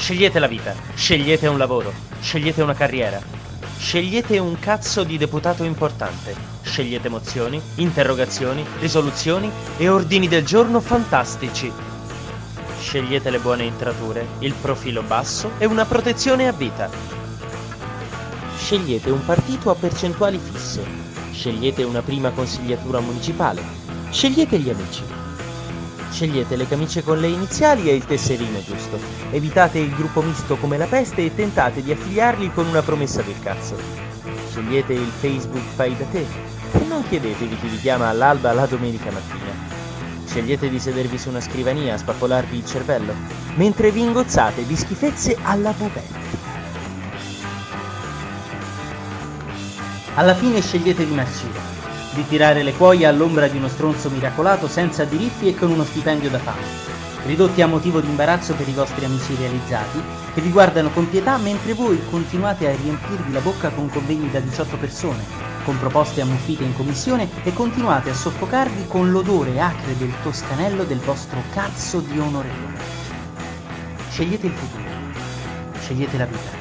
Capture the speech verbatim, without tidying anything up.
Scegliete la vita, scegliete un lavoro, scegliete una carriera, scegliete un cazzo di deputato importante, scegliete mozioni, interrogazioni, risoluzioni e ordini del giorno fantastici. Scegliete le buone intrature, il profilo basso e una protezione a vita. Scegliete un partito a percentuali fisse, scegliete una prima consigliatura municipale, scegliete gli amici. Scegliete le camicie con le iniziali e il tesserino giusto. Evitate il gruppo misto come la peste e tentate di affiliarli con una promessa del cazzo. Scegliete il Facebook fai da te e non chiedetevi chi vi chiama all'alba la domenica mattina. Scegliete di sedervi su una scrivania a spappolarvi il cervello mentre vi ingozzate di schifezze alla bubetta. Alla fine scegliete di marcire, di tirare le cuoia all'ombra di uno stronzo miracolato senza diritti e con uno stipendio da fame, ridotti a motivo di imbarazzo per i vostri amici realizzati, che vi guardano con pietà mentre voi continuate a riempirvi la bocca con convegni da diciotto persone, con proposte ammuffite in commissione e continuate a soffocarvi con l'odore acre del toscanello del vostro cazzo di onorevole. Scegliete il futuro, scegliete la vita.